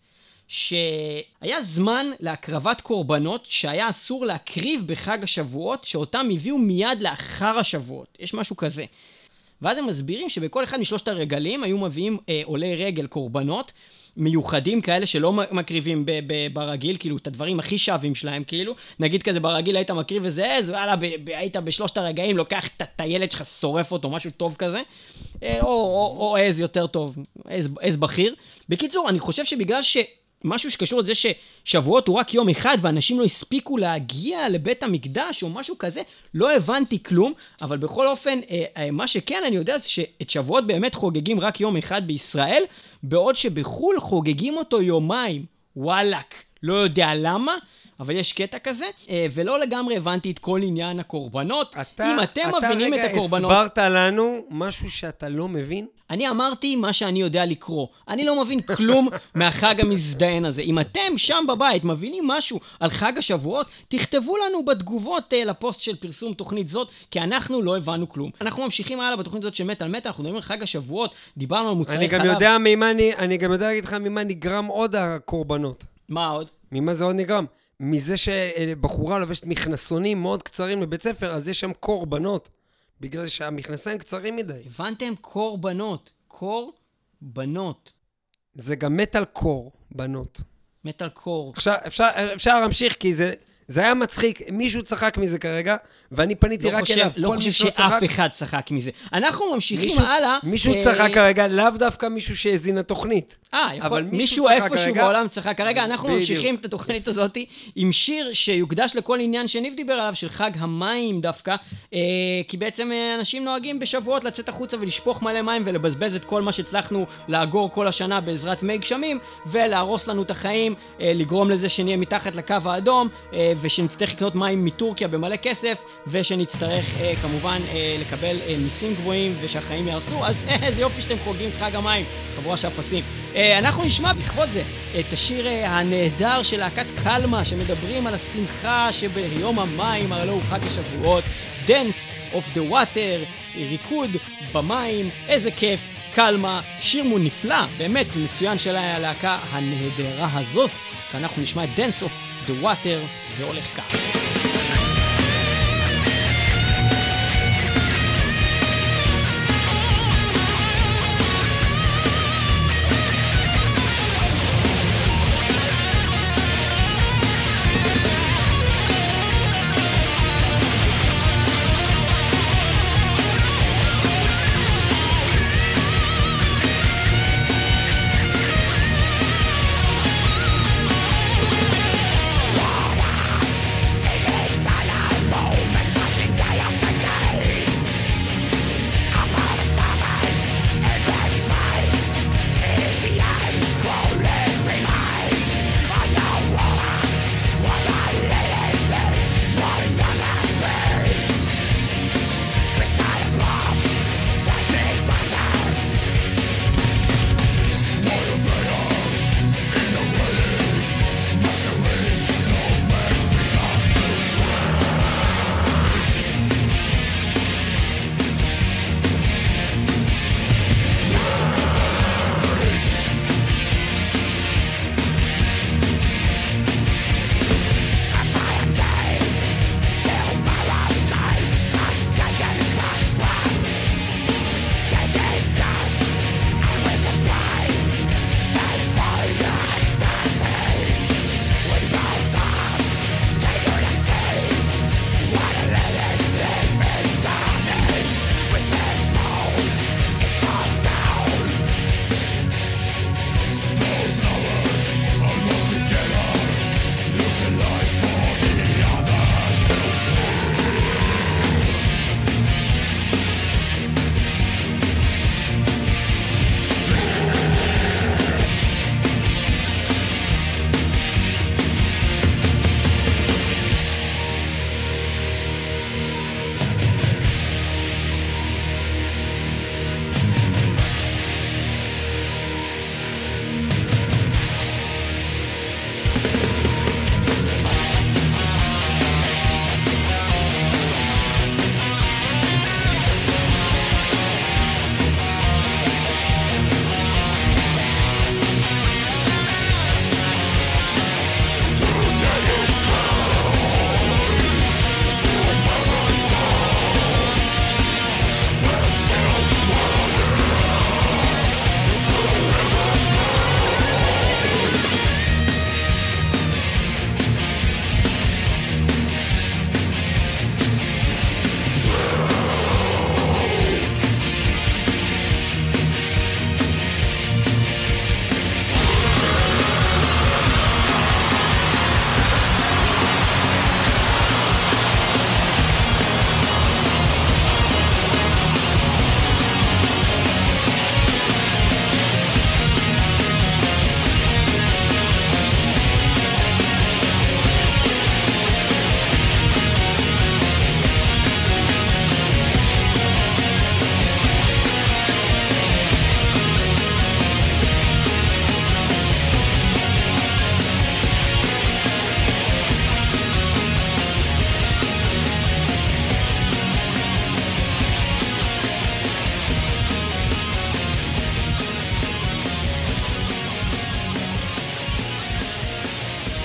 שהיה זמן להקרבת קורבנות שהיה אסור להקריב בחג השבועות, שאותם הביאו מיד לאחר השבועות. יש משהו כזה. ואז הם מסבירים שבכל אחד משלושת הרגלים היו מביאים אה, עולי רגל קורבנות מיוחדים כאלה שלא מקריבים ב- ב- ברגיל, כאילו את הדברים הכי שווים שלהם, כאילו. נגיד כזה ברגיל היית מקריב איזה עז, ואללה, ב- ב- היית בשלושת הרגעים לוקח את הילד שלך, שורף אותו, משהו טוב כזה. אה, או, או, או עז יותר טוב, עז, עז בכיר. בקיצור, אני חושב שבגלל ש... משהו שקשור לזה ששבועות הוא רק יום אחד, ואנשים לא הספיקו להגיע לבית המקדש או משהו כזה, לא הבנתי כלום, אבל בכל אופן, מה שכן אני יודע זה שאת שבועות באמת חוגגים רק יום אחד בישראל, בעוד שבחול חוגגים אותו יומיים. וואלק, לא יודע למה, אבל יש קטע כזה, ולא לגמרי הבנתי את כל עניין הקורבנות. אתה, אם אתם אתה מבינים רגע את הקורבנות... הסברת לנו משהו שאתה לא מבין? אני אמרתי מה שאני יודע לקרוא. אני לא מבין כלום מהחג המזדיין הזה. אם אתם שם בבית מבינים משהו על חג השבועות, תכתבו לנו בתגובות uh, לפוסט של פרסום תוכנית זאת, כי אנחנו לא הבנו כלום. אנחנו ממשיכים הלאה בתוכנית זאת של מטל מטל, אנחנו מדברים על חג השבועות, דיברנו על מוצרי אני חלב. גם יודע ממה, אני, אני גם יודע להגיד לך ממה נגרם עוד הקורבנות. מה עוד? ממה זה עוד נגרם? מזה שבחורה לובשת מכנסונים מאוד קצרים לבית ספר, אז יש שם קורבנות. בגלל שהמכנסיים קצרים מדי. הבנתם? קורבנות. קורבנות. זה גם מטל קור, בנות. מטל קור. עכשיו, אפשר, אפשר להמשיך, כי זה, זה היה מצחיק. מישהו צחק מזה כרגע, ואני פניתי לא רק חושב, אליו. לא חושב שאף צחק. אחד צחק מזה. אנחנו ממשיכים מישהו, הלאה. מישהו אה... צחק כרגע, לאו דווקא מישהו שהזין התוכנית. אה, יכול, מישהו איפשהו בעולם צחק כרגע. אנחנו בדיוק. ממשיכים את התוכנית הזאת עם שיר שיוקדש לכל עניין שניב דיבר עליו, של חג המים דווקא, אה, כי בעצם אנשים נוהגים בשבועות לצאת החוצה ולשפוך מלא מים ולבזבז את כל מה שהצלחנו לאגור כל השנה בעזרת מי גשמים, ולהרוס לנו את החיים, אה, לגרום לזה שנהיה מתחת לקו האדום, אה, ושנצטרך לקנות מים מטורקיה במלא כסף, ושנצטרך אה, כמובן אה, לקבל אה, מיסים גבוהים ושהחיים ירסו. אז אה, איזה יופי שאתם חוגגים את חג המים, חבורה שאפסים. אה, אנחנו נשמע בכבוד זה את השיר אה, הנהדר של להקת קלמה, שמדברים על השמחה שביום המים, הרי לא הוא חג השבועות. Dance of the Water, ריקוד במים, איזה כיף. קלמה, שיר מול נפלא, באמת מצוין של הלהקה הנהדרה הזאת. ואנחנו נשמע את Dance of the Water, זה הולך כך. Hey,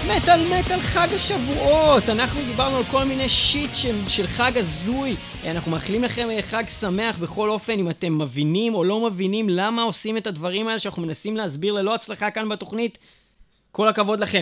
מטל מטל חג השבועות. אנחנו דיברנו על כל מיני שיט של, של חג הזוי. אנחנו מאחלים לכם חג שמח בכל אופן. אם אתם מבינים או לא מבינים למה עושים את הדברים האלה שאנחנו מנסים להסביר ללא הצלחה כאן בתוכנית, כל הכבוד לכם.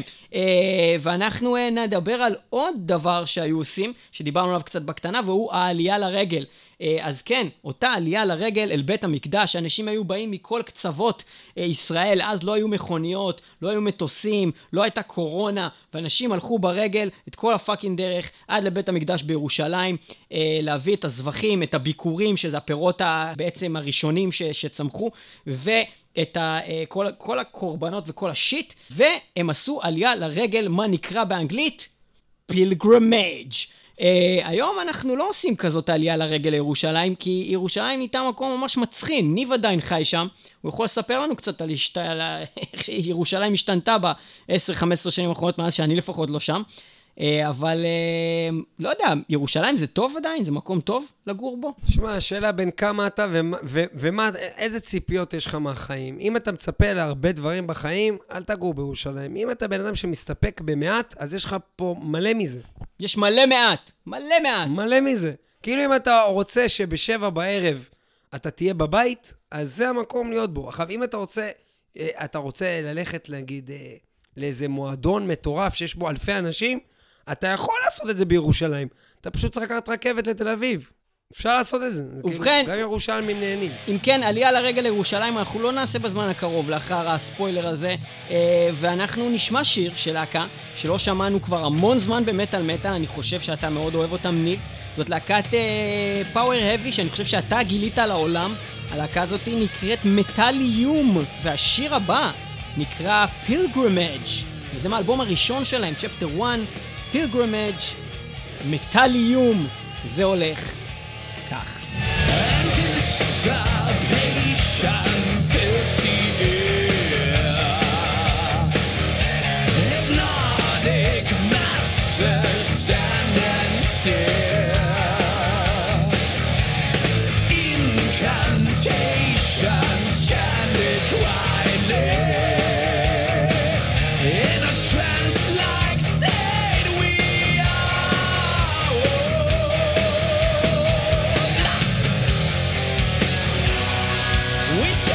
ואנחנו נדבר על עוד דבר שהיו עושים, שדיברנו עליו קצת בקטנה, והוא העלייה לרגל. אז כן, אותה עלייה לרגל אל בית המקדש, אנשים היו באים מכל קצוות ישראל, אז לא היו מכוניות, לא היו מטוסים, לא הייתה קורונה, ואנשים הלכו ברגל את כל הפאקינג דרך עד לבית המקדש בירושלים, להביא את הזבחים, את הביקורים, שזה הפירות בעצם הראשונים ש- שצמחו, ו... את ה, כל, כל הקורבנות וכל השיט, והם עשו עלייה לרגל, מה נקרא באנגלית? פילגרמייג'. Uh, היום אנחנו לא עושים כזאת עלייה לרגל לירושלים, כי ירושלים ניתה מקום ממש מצחין. ניב עדיין חי שם, הוא יכול לספר לנו קצת על, השת... על איך שירושלים השתנתה ב-עשר חמש עשרה שנים האחרונות, מאז שאני לפחות לא שם. Uh, אבל uh, לא יודע, ירושלים זה טוב עדיין? זה מקום טוב לגור בו? שמע, השאלה בין כמה אתה ומה, ו- ומה, איזה ציפיות יש לך מהחיים. אם אתה מצפה להרבה דברים בחיים, אל תגור בירושלים. אם אתה בן אדם שמסתפק במעט, אז יש לך פה מלא מזה. יש מלא מעט, מלא מעט. מלא מזה. כאילו אם אתה רוצה שבשבע בערב אתה תהיה בבית, אז זה המקום להיות בו. עכשיו, אם אתה רוצה, אתה רוצה ללכת, נגיד, לאיזה מועדון מטורף שיש בו אלפי אנשים, אתה יכול לעשות את זה בירושלים. אתה פשוט צריך לקחת רכבת לתל אביב. אפשר לעשות את זה. ובכן, גם ירושלמים נהנים. אם כן, עלייה לרגל לירושלים אנחנו לא נעשה בזמן הקרוב לאחר הספוילר הזה, ואנחנו נשמע שיר של להקה שלא שמענו כבר המון זמן במטל מטל. אני חושב שאתה מאוד אוהב אותם, ניב. זאת להקת פאוור האבי שאני חושב שאתה גילית לעולם. הלהקה הזאת נקראת מטליום, והשיר הבא נקרא פילגרמייג', וזה מהאלבום הראשון שלהם, צ'פטר אחת, פילגרמייג', מטליום. זה הולך כך. We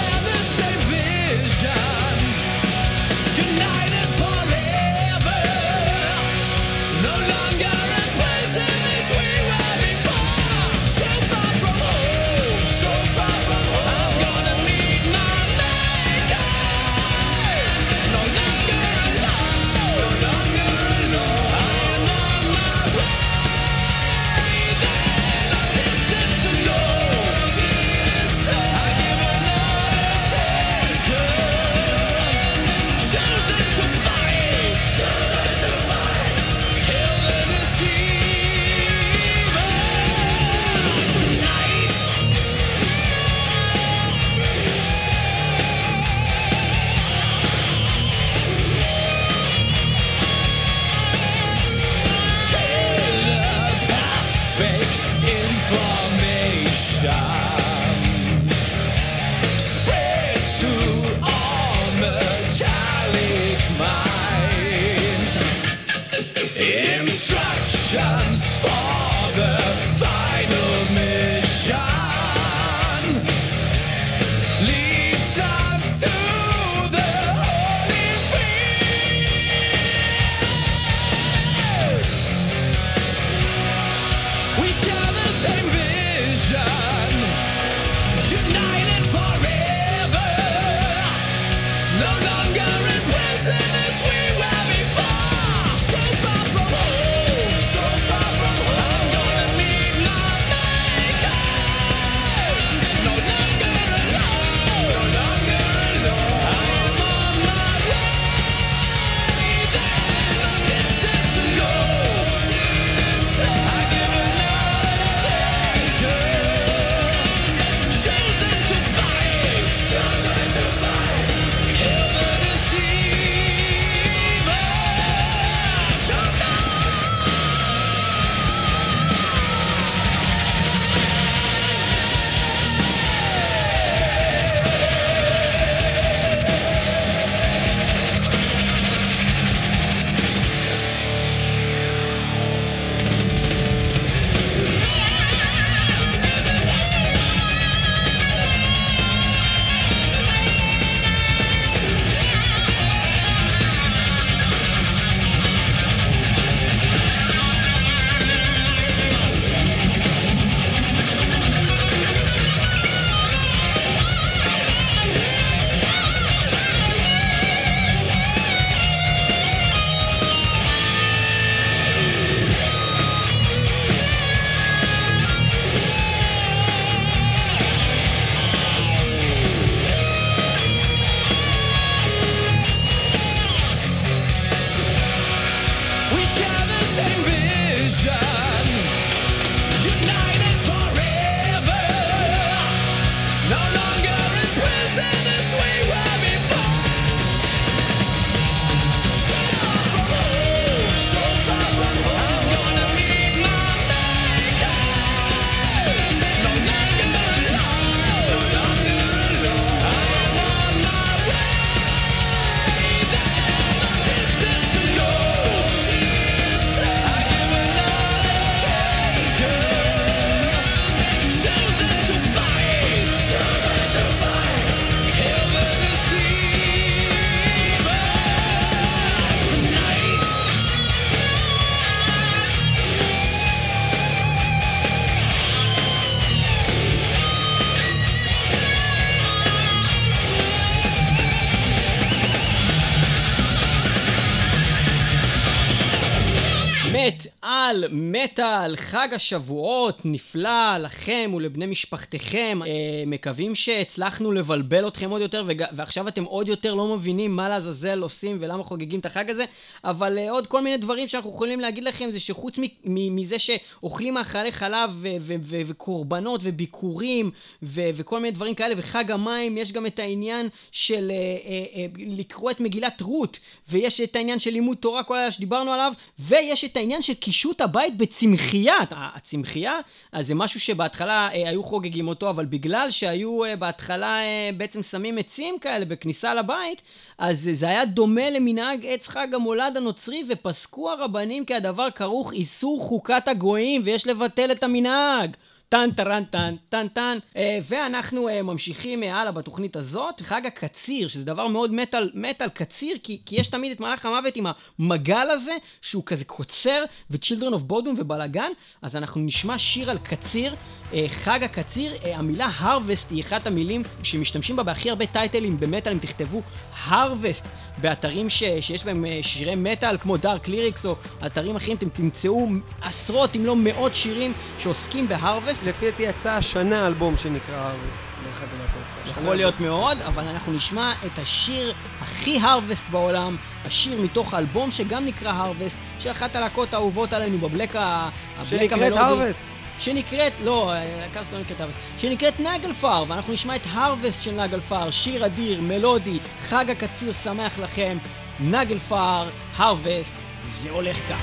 באמת על מטל, חג השבועות, נפלא לכם ולבני משפחתכם. אה, מקווים שהצלחנו לבלבל אתכם עוד יותר, וג... ועכשיו אתם עוד יותר לא מבינים מה לעזאזל עושים ולמה חוגגים את החג הזה, אבל אה, עוד כל מיני דברים שאנחנו יכולים להגיד לכם, זה שחוץ מ... מ... מזה שאוכלים מאכלי חלב ו... ו... ו... וקורבנות וביקורים ו... וכל מיני דברים כאלה, וחג המים, יש גם את העניין של אה, אה, אה, לקרוא את מגילת רות, ויש את העניין של לימוד תורה, כל הלאה שדיברנו עליו, ויש את העניין של קישוט הבית בצמחייה. הצמחייה, אז זה משהו שבהתחלה אה, היו חוגגים אותו, אבל בגלל שהיו אה, בהתחלה אה, בעצם שמים עצים כאלה בכניסה לבית, אז זה היה דומה למנהג עץ חג המולד הנוצרי, ופסקו הרבנים כי הדבר כרוך איסור חוקת הגויים, ויש לבטל את המנהג. טן טרן טן טן טן. אה, ואנחנו אה, ממשיכים אה, הלאה בתוכנית הזאת. חג הקציר, שזה דבר מאוד מטל, מטל קציר, כי, כי יש תמיד את מלאך המוות עם המגל הזה, שהוא כזה קוצר, ו-Children of Bodom ובלגן. אז אנחנו נשמע שיר על קציר, אה, חג הקציר. אה, המילה Harvest היא אחת המילים שמשתמשים בה בהכי הרבה טייטלים במטל. אם תכתבו Harvest באתרים ש, שיש בהם שירי מטל כמו Dark Lyrics או אתרים אחרים, אתם תמצאו עשרות אם לא מאות שירים שעוסקים בהרווסט. לפי דעתי יצא השנה אלבום שנקרא הרווסט. יכול להיות מאוד, אבל אנחנו נשמע את השיר הכי הרווסט בעולם, השיר מתוך האלבום שגם נקרא הרווסט, של אחת הלהקות האהובות עלינו בבלק המלודי. שנקראת הרווסט. שנקראת, לא, הלהקה הזאת לא נקראת הרווסט, שנקראת נגלפאר, ואנחנו נשמע את הרווסט של נגלפאר, שיר אדיר, מלודי, חג הקציר שמח לכם, נגלפאר, הרווסט, זה הולך כך.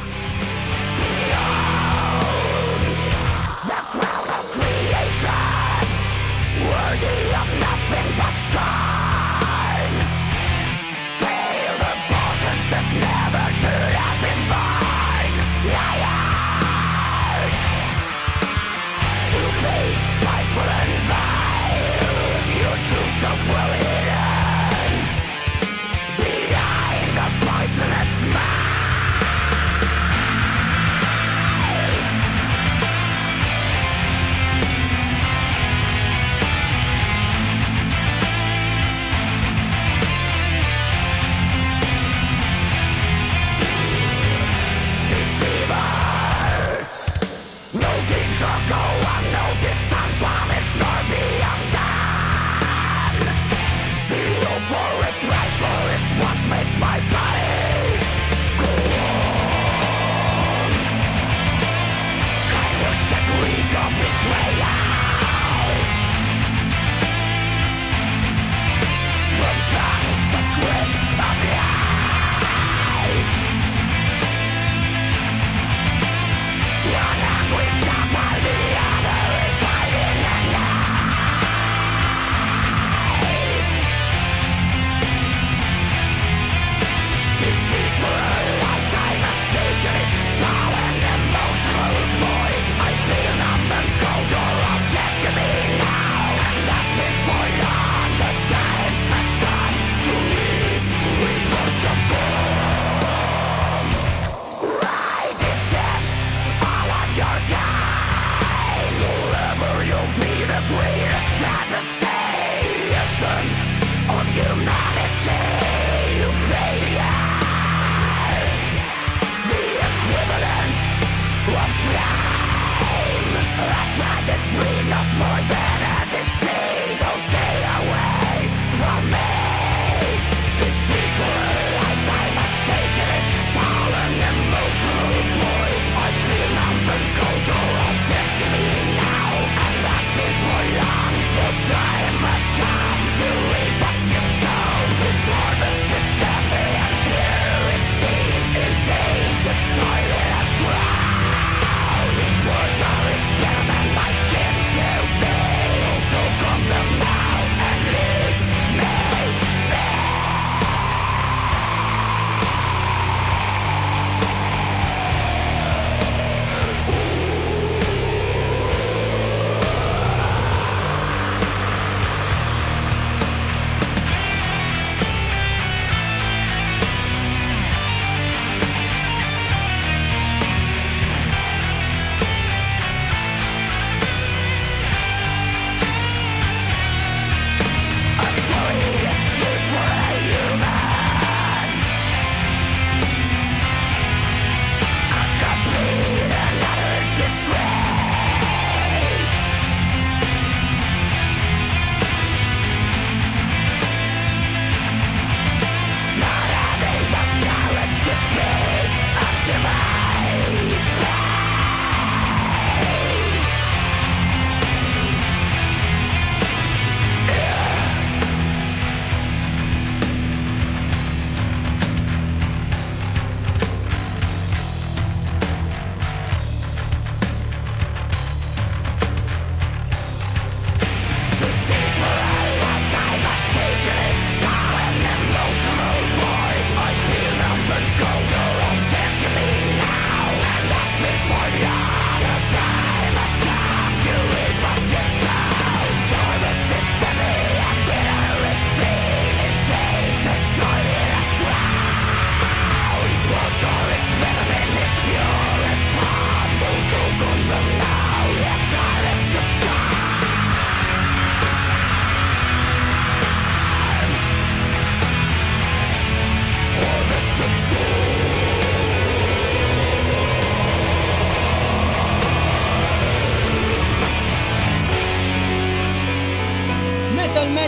Worthy of nothing but scorn. Feel the forces that never should have been born. Liars, two-faced, spiteful and vile. Your true self well hidden behind the poisonous smile.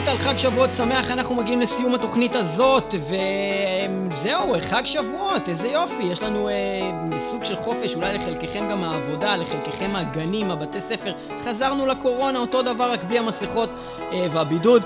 מטל, חג שבועות שמח, אנחנו מגיעים לסיום התוכנית הזאת, וזהו, חג שבועות, איזה יופי, יש לנו אה, סוג של חופש, אולי לחלקכם גם העבודה, לחלקכם הגנים, הבתי ספר, חזרנו לקורונה, אותו דבר רק בלי המסכות אה, והבידוד,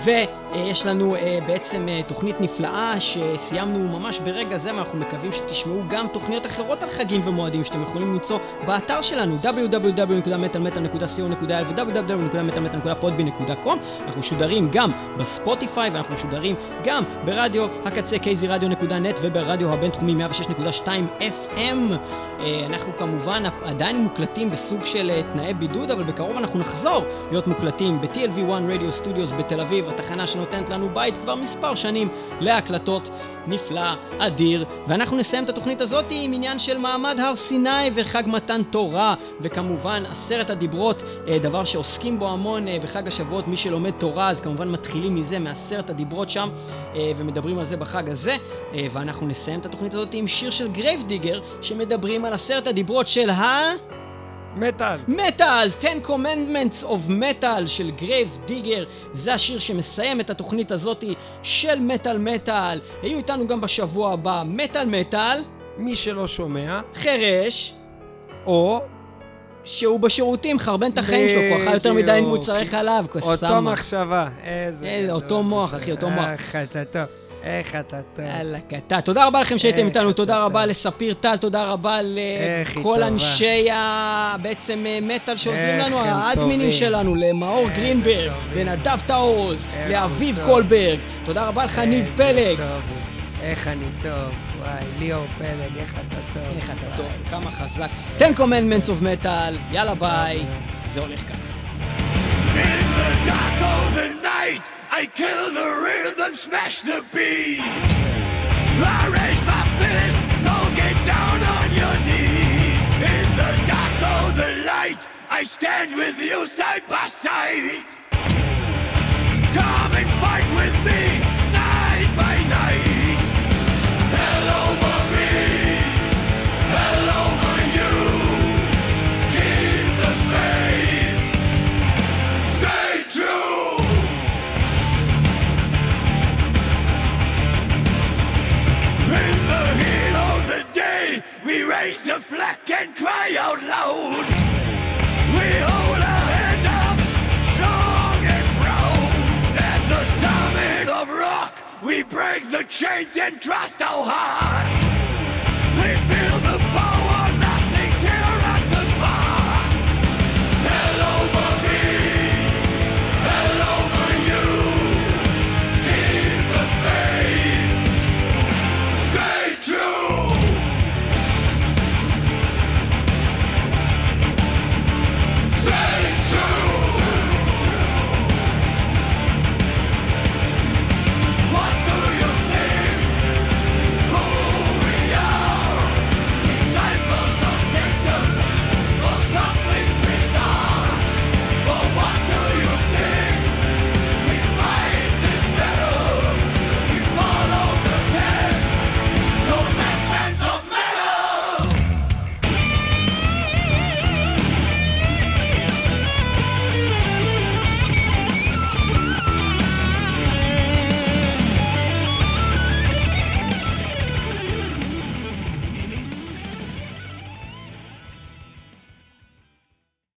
ויש לנו אה, בעצם אה, תוכנית נפלאה שסיימנו ממש ברגע זה, ואנחנו מקווים שתשמעו גם תוכניות אחרות על חגים ומועדים שאתם יכולים למצוא באתר שלנו דאבליו דאבליו דאבליו נקודה מטל מטל נקודה סי או נקודה איי אל ו-דאבליו דאבליו דאבליו נקודה מטל מטל נקודה פודבין נקודה קום. אנחנו משודרים גם בספוטיפיי ואנחנו משודרים גם ברדיו הקצה קייזי רדיו נקודה נט וברדיו הבינתחומי מאה ושש נקודה שתיים אף אם. אנחנו כמובן עדיין מוקלטים בסוג של תנאי בידוד, אבל בקרוב אנחנו נחזור להיות מוקלטים ב-טי אל וי וואן Radio Studios בתל אביב, התחנה שנותנת לנו בית כבר מספר שנים להקלטות. נפלא, אדיר, ואנחנו נסיים את התוכנית הזאת עם עניין של מעמד הר סיני וחג מתן תורה, וכמובן עשרת הדיברות, דבר שעוסקים בו המון בחג השבועות. מי שלומד תורה אז כמובן מתחילים מזה, מעשרת הדיברות שם, ומדברים על זה בחג הזה, ואנחנו נסיים את התוכנית הזאת עם שיר של גרייבדיגר שמדברים על עשרת הדיברות של ה... מטל. מטל, ten commandments of metal של גרייבדיגר. זה השיר שמסיים את התוכנית הזאת של מטל מטל. היו איתנו גם בשבוע הבא מטל מטל, מי שלא שומע, חרש, או שהוא בשירותים חרבן את החיים שלו, כוחה יותר מדי מוצרי חלב, אותו כסמה. מחשבה. איזה אותו מוח, אחי, אותו מוח. איך אתה טוב. איך אתה טוב. יאללה, קטע. תודה רבה לכם שהייתם איתנו, תודה רבה לספיר טל, תודה רבה לכל אנשי בעצם מטל שעוזרים לנו, האדמינים שלנו, למאור גרינברג, לנדב טאוז, לאביב קולברג, תודה רבה לך ניב פלג. איך אני טוב, וואי, ליאור פלג, איך אתה טוב. איך אתה טוב, כמה חזק. ten commandments of metal, יאללה ביי, זה הולך ככה. In the dark of the night, I kill the rhythm, smash the beat. I raise my fist, so get down on your knees. In the dark of the light, I stand with you side by side. Come and fight with me, night by night. Hell over me, hell over you. Keep the faith, stay true. In the heat of the day, we raise the flag and cry out loud. We hold our heads up, strong and proud. At the summit of rock, we break the chains and trust our hearts. We feel